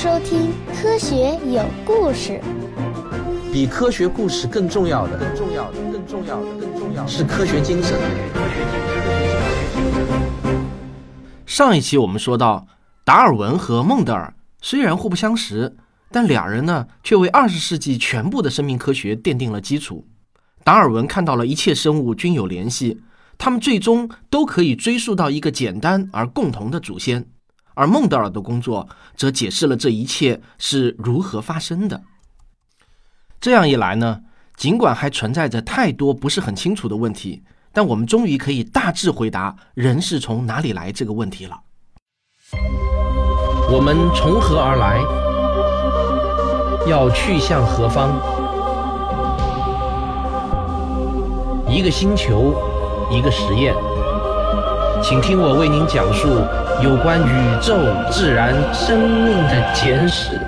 收听《科学有故事》。 比科学故事更重要的是科学精神。 上一期我们说到，达尔文和孟德尔虽然互不相识，但俩人呢却为20世纪全部的生命科学奠定了基础。达尔文看到了一切生物均有联系，他们最终都可以追溯到一个简单而共同的祖先，而孟德尔的工作则解释了这一切是如何发生的。这样一来呢，尽管还存在着太多不是很清楚的问题，但我们终于可以大致回答人是从哪里来这个问题了。 我们从何而来？要去向何方？一个星球，一个实验，请听我为您讲述有关宇宙、自然、生命的简史。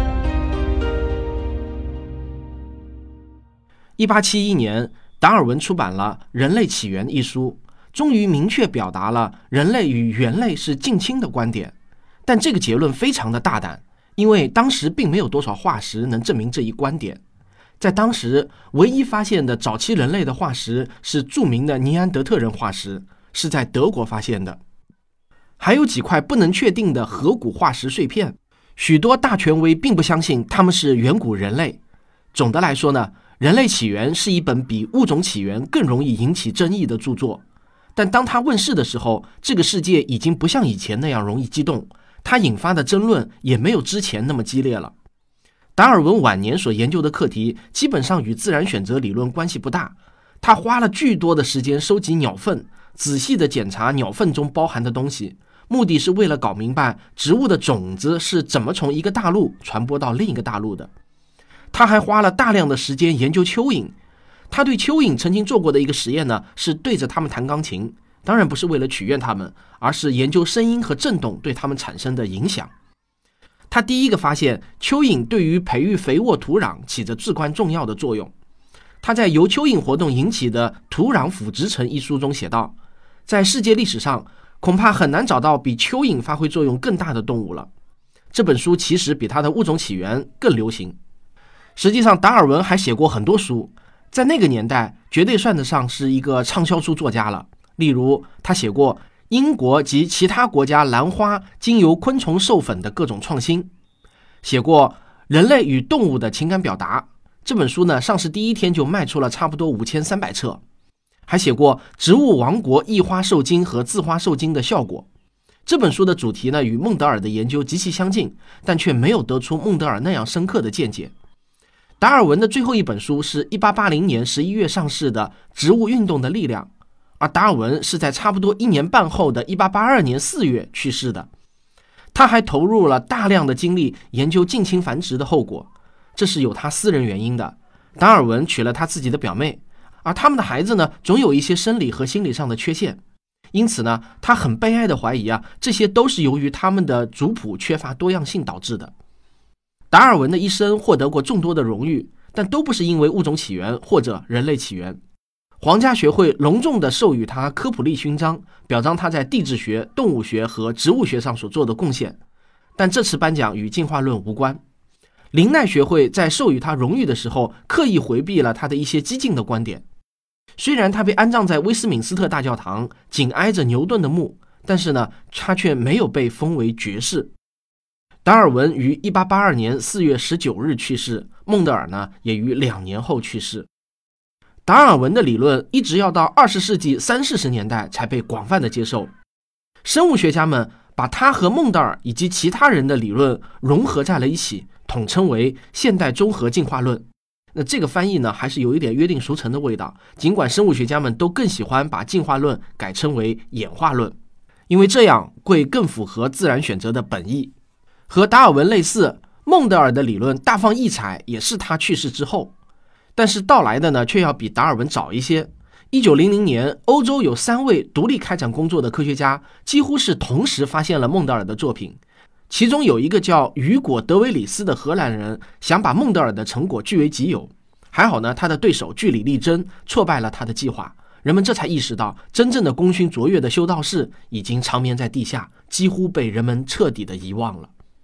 1871年，达尔文出版了《人类起源》一书，终于明确表达了人类与猿类是近亲的观点。但这个结论非常的大胆，因为当时并没有多少化石能证明这一观点。在当时，唯一发现的早期人类的化石是著名的尼安德特人化石，是在德国发现的。还有几块不能确定的颌骨化石碎片，许多大权威并不相信它们是远古人类。总的来说呢，《人类起源》是一本比《物种起源》更容易引起争议的著作。但当它问世的时候，这个世界已经不像以前那样容易激动，它引发的争论也没有之前那么激烈了。达尔文晚年所研究的课题基本上与自然选择理论关系不大，他花了巨多的时间收集鸟粪，仔细地检查鸟粪中包含的东西，目的是为了搞明白植物的种子是怎么从一个大陆传播到另一个大陆的。他还花了大量的时间研究蚯蚓，他对蚯蚓曾经做过的一个实验呢，是对着它们弹钢琴，当然不是为了取悦它们，而是研究声音和振动对它们产生的影响。他第一个发现蚯蚓对于培育肥沃土壤起着至关重要的作用。他在由蚯蚓活动引起的土壤腐殖层一书中写道，在世界历史上恐怕很难找到比蚯蚓发挥作用更大的动物了。这本书其实比他的《物种起源》更流行。实际上达尔文还写过很多书，在那个年代绝对算得上是一个畅销书作家了。例如他写过英国及其他国家兰花经由昆虫授粉的各种创新，写过人类与动物的情感表达，这本书呢上市第一天就卖出了差不多5300册。还写过植物王国异花受精和自花受精的效果，这本书的主题呢与孟德尔的研究极其相近，但却没有得出孟德尔那样深刻的见解。达尔文的最后一本书是1880年11月上市的《植物运动的力量》，而达尔文是在差不多1年半后的1882年4月去世的。他还投入了大量的精力研究近亲繁殖的后果，这是有他私人原因的。达尔文娶了他自己的表妹，而他们的孩子呢，总有一些生理和心理上的缺陷，因此呢，他很悲哀地怀疑这些都是由于他们的族谱缺乏多样性导致的。达尔文的一生获得过众多的荣誉，但都不是因为《物种起源》或者《人类起源》。皇家学会隆重地授予他科普利勋章，表彰他在地质学、动物学和植物学上所做的贡献，但这次颁奖与进化论无关。林奈学会在授予他荣誉的时候，刻意回避了他的一些激进的观点。虽然他被安葬在威斯敏斯特大教堂，紧挨着牛顿的墓，但是呢，他却没有被封为爵士。达尔文于1882年4月19日去世，孟德尔呢也于2年后去世。达尔文的理论一直要到20世纪30-40年代才被广泛的接受。生物学家们把他和孟德尔以及其他人的理论融合在了一起，统称为现代综合进化论。那这个翻译呢，还是有一点约定俗成的味道，尽管生物学家们都更喜欢把进化论改称为演化论，因为这样会更符合自然选择的本意。和达尔文类似，孟德尔的理论大放异彩也是他去世之后，但是到来的呢却要比达尔文早一些。1900年，欧洲有3位独立开展工作的科学家几乎是同时发现了孟德尔的作品，其中有一个叫雨果·德维里斯的荷兰人想把孟德尔的成果据为己有，还好呢，他的对手据理力争，挫败了他的计划。人们这才意识到，真正的功勋卓越的修道士已经长眠在地下，几乎被人们彻底的遗忘了。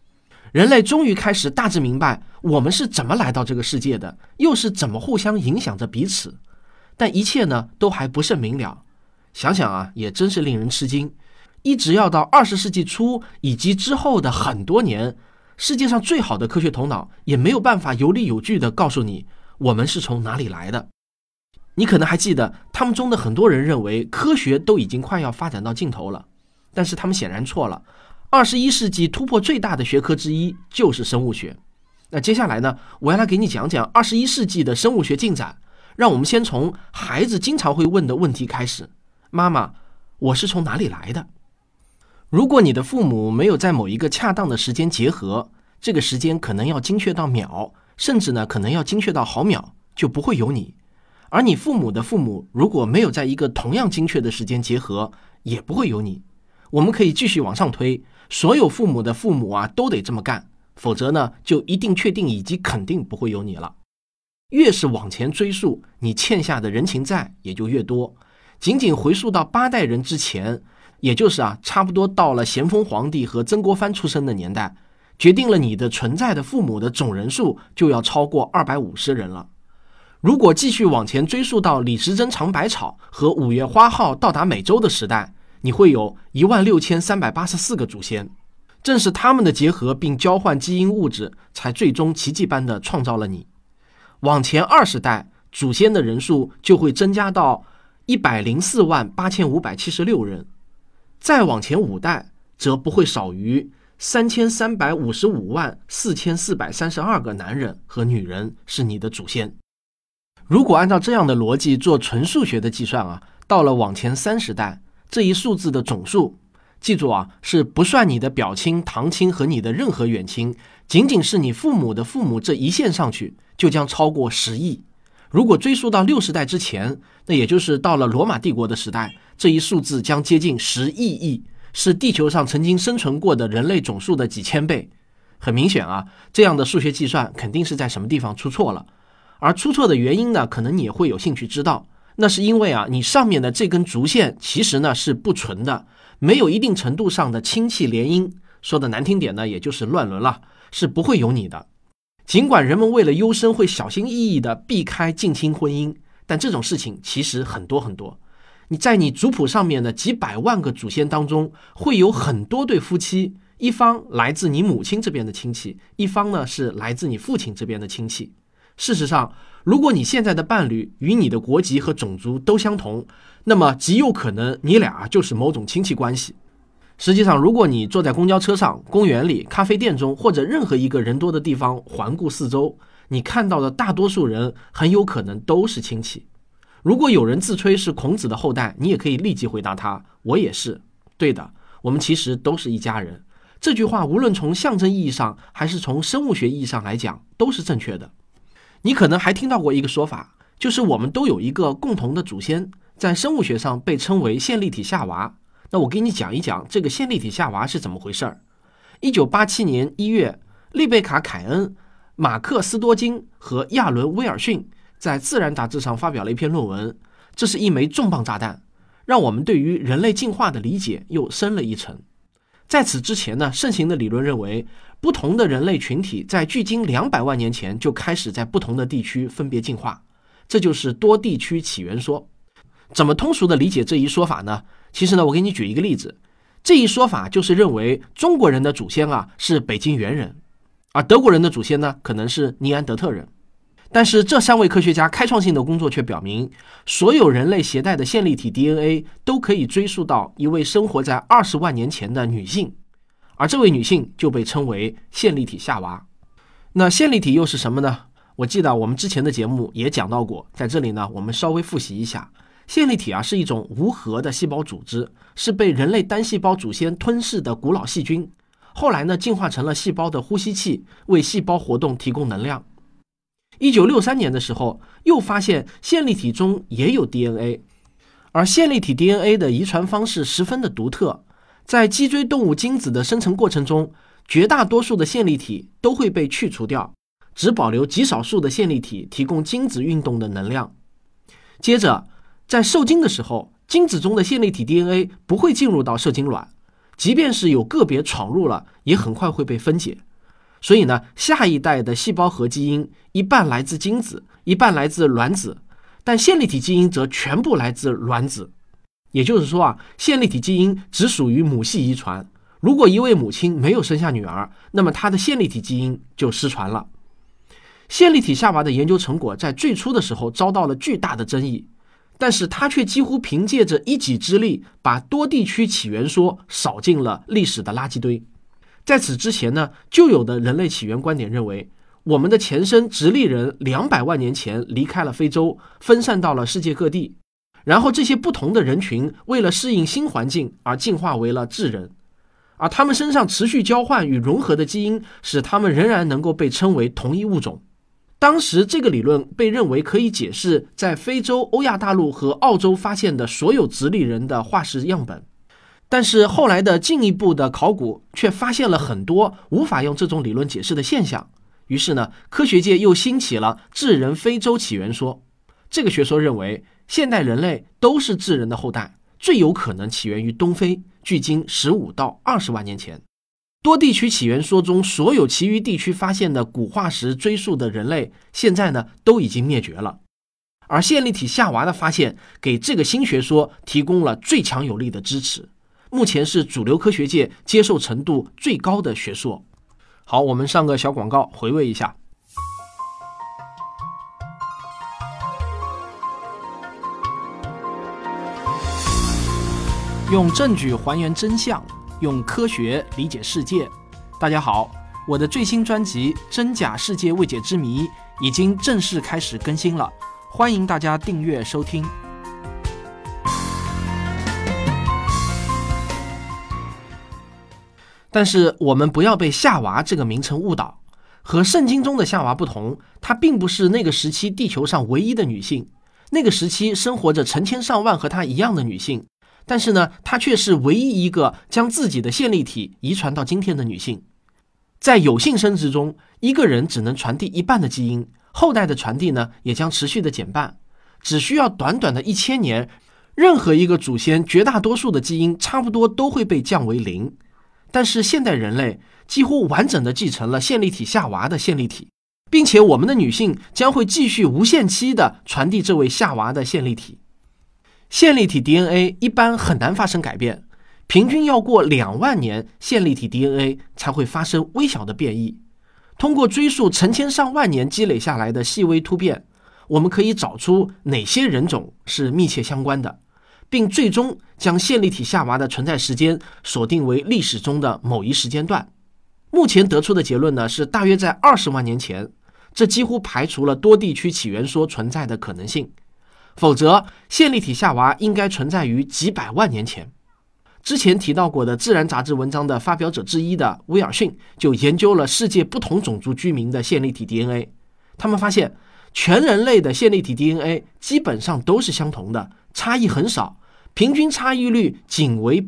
人类终于开始大致明白我们是怎么来到这个世界的，又是怎么互相影响着彼此。但一切呢，都还不甚明了。想想啊，也真是令人吃惊。一直要到20世纪初以及之后的很多年，世界上最好的科学头脑也没有办法有理有据地告诉你我们是从哪里来的。你可能还记得，他们中的很多人认为科学都已经快要发展到尽头了，但是他们显然错了。21世纪突破最大的学科之一就是生物学。那接下来呢，我要来给你讲讲21世纪的生物学进展。让我们先从孩子经常会问的问题开始：妈妈，我是从哪里来的？如果你的父母没有在某一个恰当的时间结合，这个时间可能要精确到秒，甚至呢可能要精确到毫秒，就不会有你。而你父母的父母如果没有在一个同样精确的时间结合，也不会有你。我们可以继续往上推，所有父母的父母啊都得这么干，否则呢就一定确定以及肯定不会有你了。越是往前追溯，你欠下的人情债也就越多。仅仅回溯到8代人之前，也就是差不多到了咸丰皇帝和曾国藩出生的年代，决定了你的存在的父母的总人数就要超过250人了。如果继续往前追溯到李时珍尝百草和5月花号到达美洲的时代，你会有16384个祖先。正是他们的结合并交换基因物质，才最终奇迹般的创造了你。往前20代，祖先的人数就会增加到1048576人，再往前5代，则不会少于33554432个男人和女人是你的祖先。如果按照这样的逻辑做纯数学的计算到了往前30代，这一数字的总数，记住是不算你的表亲、堂亲和你的任何远亲，仅仅是你父母的父母这一线上去，就将超过10亿。如果追溯到60代之前，那也就是到了罗马帝国的时代，这一数字将接近10亿亿，是地球上曾经生存过的人类总数的几千倍。很明显这样的数学计算肯定是在什么地方出错了。而出错的原因呢，可能你也会有兴趣知道，那是因为你上面的这根竹线其实呢是不纯的，没有一定程度上的亲戚联姻，说的难听点呢，也就是乱伦了，是不会有你的。尽管人们为了优生会小心翼翼地避开近亲婚姻，但这种事情其实很多很多。你在你族谱上面的几百万个祖先当中，会有很多对夫妻，一方来自你母亲这边的亲戚，一方呢是来自你父亲这边的亲戚。事实上，如果你现在的伴侣与你的国籍和种族都相同，那么极有可能你俩就是某种亲戚关系。实际上，如果你坐在公交车上、公园里、咖啡店中或者任何一个人多的地方环顾四周，你看到的大多数人很有可能都是亲戚。如果有人自吹是孔子的后代，你也可以立即回答他：我也是。对的，我们其实都是一家人。这句话无论从象征意义上还是从生物学意义上来讲，都是正确的。你可能还听到过一个说法，就是我们都有一个共同的祖先，在生物学上被称为线粒体夏娃。那我给你讲一讲这个线粒体夏娃是怎么回事儿。1987年1月，丽贝卡·凯恩、马克·斯多金和亚伦·威尔逊在《自然》杂志上发表了一篇论文，这是一枚重磅炸弹，让我们对于人类进化的理解又深了一层。在此之前呢，盛行的理论认为，不同的人类群体在距今200万年前就开始在不同的地区分别进化，这就是多地区起源说。怎么通俗的理解这一说法呢？其实呢，我给你举一个例子，这一说法就是认为中国人的祖先是北京猿人，而德国人的祖先呢可能是尼安德特人。但是这3位科学家开创性的工作却表明，所有人类携带的线粒体 DNA 都可以追溯到一位生活在20万年前的女性，而这位女性就被称为线粒体夏娃。那线粒体又是什么呢？我记得我们之前的节目也讲到过，在这里呢我们稍微复习一下。线粒体是一种无核的细胞组织，是被人类单细胞祖先吞噬的古老细菌，后来呢进化成了细胞的呼吸器，为细胞活动提供能量。1963年的时候，又发现线粒体中也有 DNA， 而线粒体 DNA 的遗传方式十分的独特，在脊椎动物精子的生成过程中，绝大多数的线粒体都会被去除掉，只保留极少数的线粒体提供精子运动的能量。接着，在受精的时候，精子中的线粒体 DNA 不会进入到受精卵，即便是有个别闯入了，也很快会被分解。 所以呢，下一代的细胞核基因一半来自精子，一半来自卵子，但线粒体基因则全部来自卵子。也就是说线粒体基因只属于母系遗传。如果一位母亲没有生下女儿，那么她的线粒体基因就失传了。线粒体夏娃的研究成果在最初的时候遭到了巨大的争议，但是他却几乎凭借着一己之力，把多地区起源说扫进了历史的垃圾堆。在此之前呢，就有的人类起源观点认为，我们的前身直立人200万年前离开了非洲，分散到了世界各地，然后这些不同的人群为了适应新环境而进化为了智人，而他们身上持续交换与融合的基因，使他们仍然能够被称为同一物种。当时这个理论被认为可以解释在非洲、欧亚大陆和澳洲发现的所有直立人的化石样本，但是后来的进一步的考古却发现了很多无法用这种理论解释的现象。于是呢，科学界又兴起了智人非洲起源说。这个学说认为，现代人类都是智人的后代，最有可能起源于东非，距今15到20万年前。多地区起源说中所有其余地区发现的古化石追溯的人类，现在呢都已经灭绝了。而线粒体夏娃的发现给这个新学说提供了最强有力的支持，目前是主流科学界接受程度最高的学说。好，我们上个小广告回味一下。用证据还原真相，用科学理解世界。大家好，我的最新专辑《真假世界未解之谜》已经正式开始更新了，欢迎大家订阅收听。但是我们不要被夏娃这个名称误导，和圣经中的夏娃不同，她并不是那个时期地球上唯一的女性，那个时期生活着成千上万和她一样的女性，但是呢，她却是唯一一个将自己的线粒体遗传到今天的女性。在有性生殖中，一个人只能传递一半的基因，后代的传递呢也将持续的减半，只需要短短的1000年，任何一个祖先绝大多数的基因差不多都会被降为0。但是现代人类几乎完整的继承了线粒体夏娃的线粒体，并且我们的女性将会继续无限期的传递这位夏娃的线粒体。线粒体 DNA 一般很难发生改变，平均要过2万年，线粒体 DNA 才会发生微小的变异。通过追溯成千上万年积累下来的细微突变，我们可以找出哪些人种是密切相关的，并最终将线粒体夏娃的存在时间锁定为历史中的某一时间段。目前得出的结论呢是大约在20万年前，这几乎排除了多地区起源说存在的可能性。否则，线粒体夏娃应该存在于几百万年前。之前提到过的《自然》杂志文章的发表者之一的威尔逊就研究了世界不同种族居民的线粒体 DNA， 他们发现全人类的线粒体 DNA 基本上都是相同的，差异很少，平均差异率仅为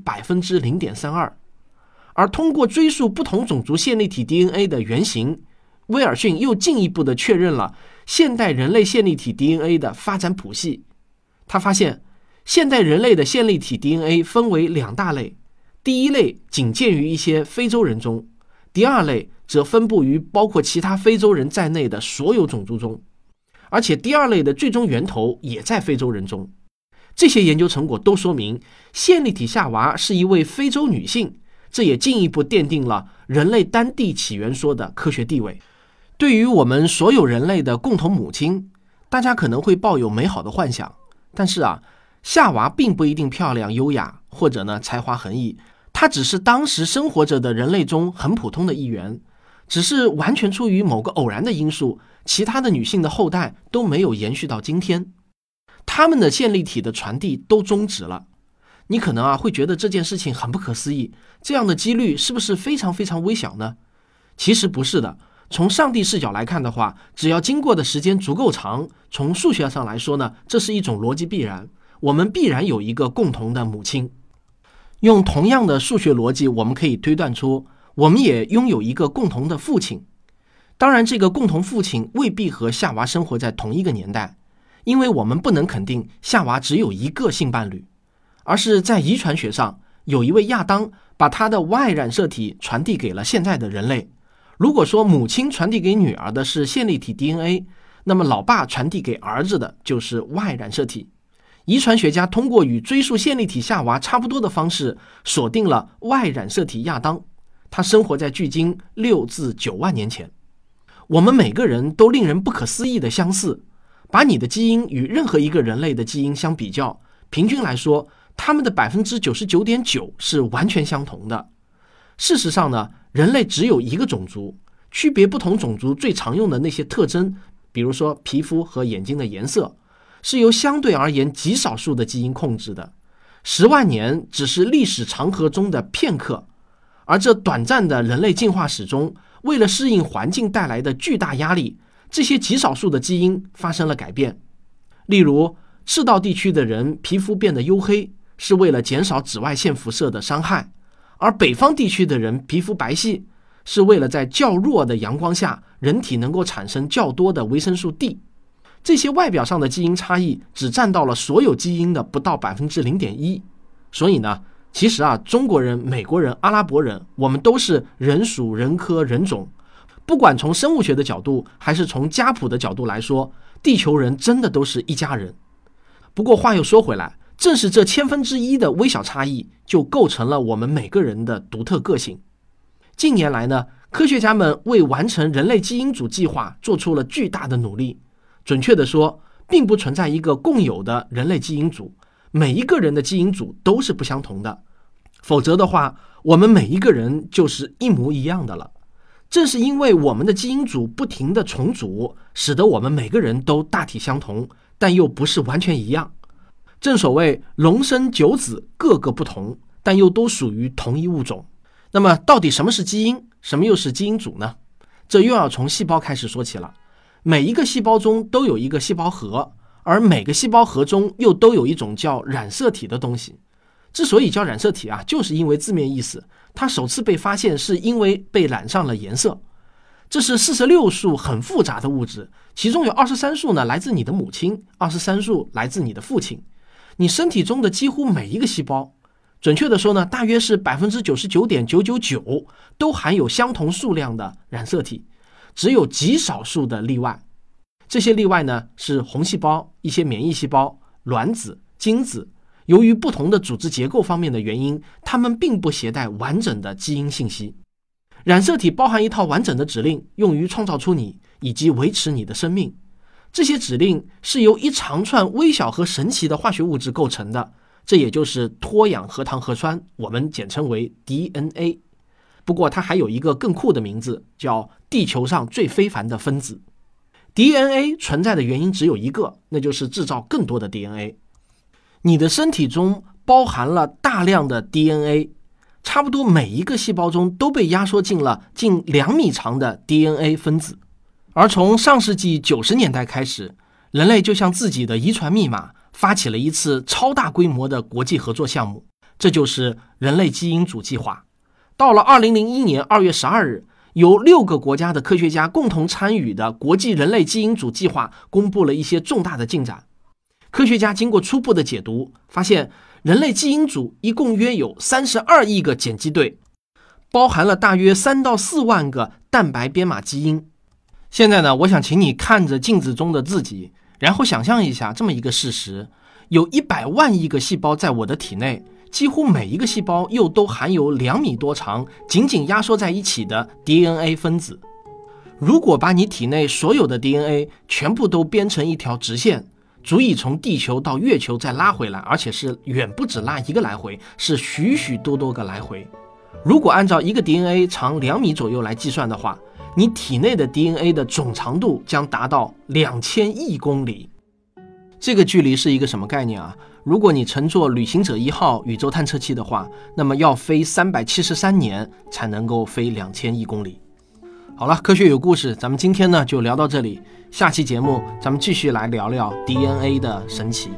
0.32%。 而通过追溯不同种族线粒体 DNA 的原型，威尔逊又进一步的确认了现代人类线粒体 DNA 的发展谱系。他发现现代人类的线粒体 DNA 分为2大类，第一类仅见于一些非洲人中，第二类则分布于包括其他非洲人在内的所有种族中，而且第二类的最终源头也在非洲人中。这些研究成果都说明线粒体夏娃是一位非洲女性，这也进一步奠定了人类单地起源说的科学地位。对于我们所有人类的共同母亲，大家可能会抱有美好的幻想，但是夏娃并不一定漂亮优雅，或者呢才华横溢，她只是当时生活着的人类中很普通的一员，只是完全出于某个偶然的因素，其他的女性的后代都没有延续到今天，她们的线粒体的传递都终止了。你可能会觉得这件事情很不可思议，这样的几率是不是非常非常微小呢？其实不是的，从上帝视角来看的话，只要经过的时间足够长，从数学上来说呢，这是一种逻辑必然，我们必然有一个共同的母亲。用同样的数学逻辑，我们可以推断出我们也拥有一个共同的父亲。当然，这个共同父亲未必和夏娃生活在同一个年代，因为我们不能肯定夏娃只有一个性伴侣，而是在遗传学上，有一位亚当把他的 Y 染色体传递给了现在的人类。 如果说母亲传递给女儿的是线粒体 DNA， 那么老爸传递给儿子的就是 Y 染色体。遗传学家通过与追溯线粒体夏娃差不多的方式，锁定了 Y 染色体亚当，他生活在距今6至9万年前。我们每个人都令人不可思议的相似，把你的基因与任何一个人类的基因相比较，平均来说，他们的 99.9% 是完全相同的。事实上呢，人类只有一个种族，区别不同种族最常用的那些特征，比如说皮肤和眼睛的颜色，是由相对而言极少数的基因控制的。10万年只是历史长河中的片刻，而这短暂的人类进化史中，为了适应环境带来的巨大压力，这些极少数的基因发生了改变。例如，赤道地区的人皮肤变得黝黑，是为了减少紫外线辐射的伤害，而北方地区的人皮肤白皙，是为了在较弱的阳光下，人体能够产生较多的维生素 D。这些外表上的基因差异只占到了所有基因的不到 0.1%。 所以呢，其实中国人、美国人、阿拉伯人，我们都是人属、人科、人种。不管从生物学的角度，还是从家谱的角度来说，地球人真的都是一家人。不过话又说回来，正是这1/1000的微小差异，就构成了我们每个人的独特个性。近年来呢，科学家们为完成人类基因组计划做出了巨大的努力。准确地说，并不存在一个共有的人类基因组，每一个人的基因组都是不相同的，否则的话，我们每一个人就是一模一样的了。正是因为我们的基因组不停地重组，使得我们每个人都大体相同，但又不是完全一样。正所谓龙生九子，各个不同，但又都属于同一物种。那么到底什么是基因，什么又是基因组呢？这又要从细胞开始说起了。每一个细胞中都有一个细胞核，而每个细胞核中又都有一种叫染色体的东西。之所以叫染色体就是因为字面意思，它首次被发现是因为被染上了颜色。这是46数很复杂的物质，其中有23数呢来自你的母亲，23数来自你的父亲。你身体中的几乎每一个细胞，准确的说呢，大约是 99.999% 都含有相同数量的染色体，只有极少数的例外。这些例外呢，是红细胞、一些免疫细胞、卵子、精子。由于不同的组织结构方面的原因，它们并不携带完整的基因信息。染色体包含一套完整的指令，用于创造出你以及维持你的生命。这些指令是由一长串微小和神奇的化学物质构成的，这也就是脱氧核糖核酸，我们简称为 DNA。 不过它还有一个更酷的名字，叫地球上最非凡的分子。 DNA 存在的原因只有一个，那就是制造更多的 DNA。 你的身体中包含了大量的 DNA， 差不多每一个细胞中都被压缩进了近2米长的 DNA 分子。而从上世纪90年代开始，人类就向自己的遗传密码发起了一次超大规模的国际合作项目，这就是人类基因组计划。到了2001年2月12日，由6个国家的科学家共同参与的国际人类基因组计划公布了一些重大的进展。科学家经过初步的解读，发现人类基因组一共约有32亿个碱基对，包含了大约3到4万个蛋白编码基因。现在呢，我想请你看着镜子中的自己，然后想象一下这么一个事实：有100万亿个细胞在我的体内，几乎每一个细胞又都含有2米多长、紧紧压缩在一起的 DNA 分子。如果把你体内所有的 DNA 全部都编成一条直线，足以从地球到月球再拉回来，而且是远不止拉一个来回，是许许多多个来回。如果按照一个 DNA 长2米左右来计算的话，你体内的 DNA 的总长度将达到2000亿公里。这个距离是一个什么概念啊？如果你乘坐旅行者1号宇宙探测器的话，那么要飞373年才能够飞2000亿公里。好了，科学有故事，咱们今天呢就聊到这里，下期节目咱们继续来聊聊 DNA 的神奇。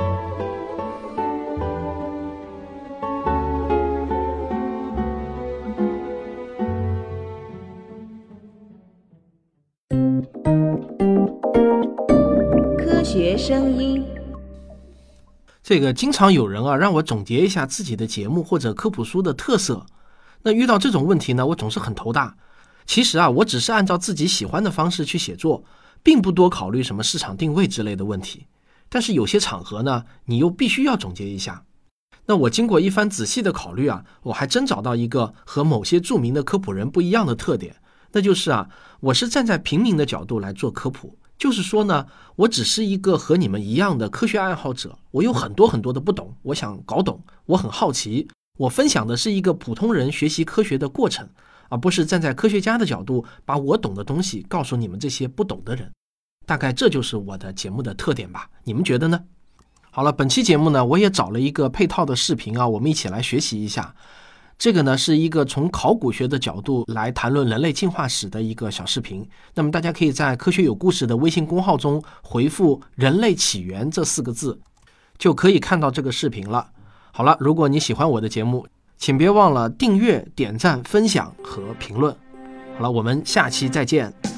科学声音。 这个经常有人让我总结一下自己的节目或者科普书的特色，那遇到这种问题呢，我总是很头大。 其实我只是按照自己喜欢的方式去写作，并不多考虑什么市场定位之类的问题。但是有些场合呢，你又必须要总结一下。那我经过一番仔细的考虑我还真找到一个和某些著名的科普人不一样的特点，那就是我是站在平民的角度来做科普。就是说呢，我只是一个和你们一样的科学爱好者，我有很多很多的不懂，我想搞懂，我很好奇，我分享的是一个普通人学习科学的过程，而不是站在科学家的角度把我懂的东西告诉你们这些不懂的人。大概这就是我的节目的特点吧，你们觉得呢？好了，本期节目呢，我也找了一个配套的视频我们一起来学习一下。这个呢是一个从考古学的角度来谈论人类进化史的一个小视频。那么大家可以在科学有故事的微信公号中回复人类起源这4个字，就可以看到这个视频了。好了，如果你喜欢我的节目，请别忘了订阅、点赞、分享和评论。好了，我们下期再见。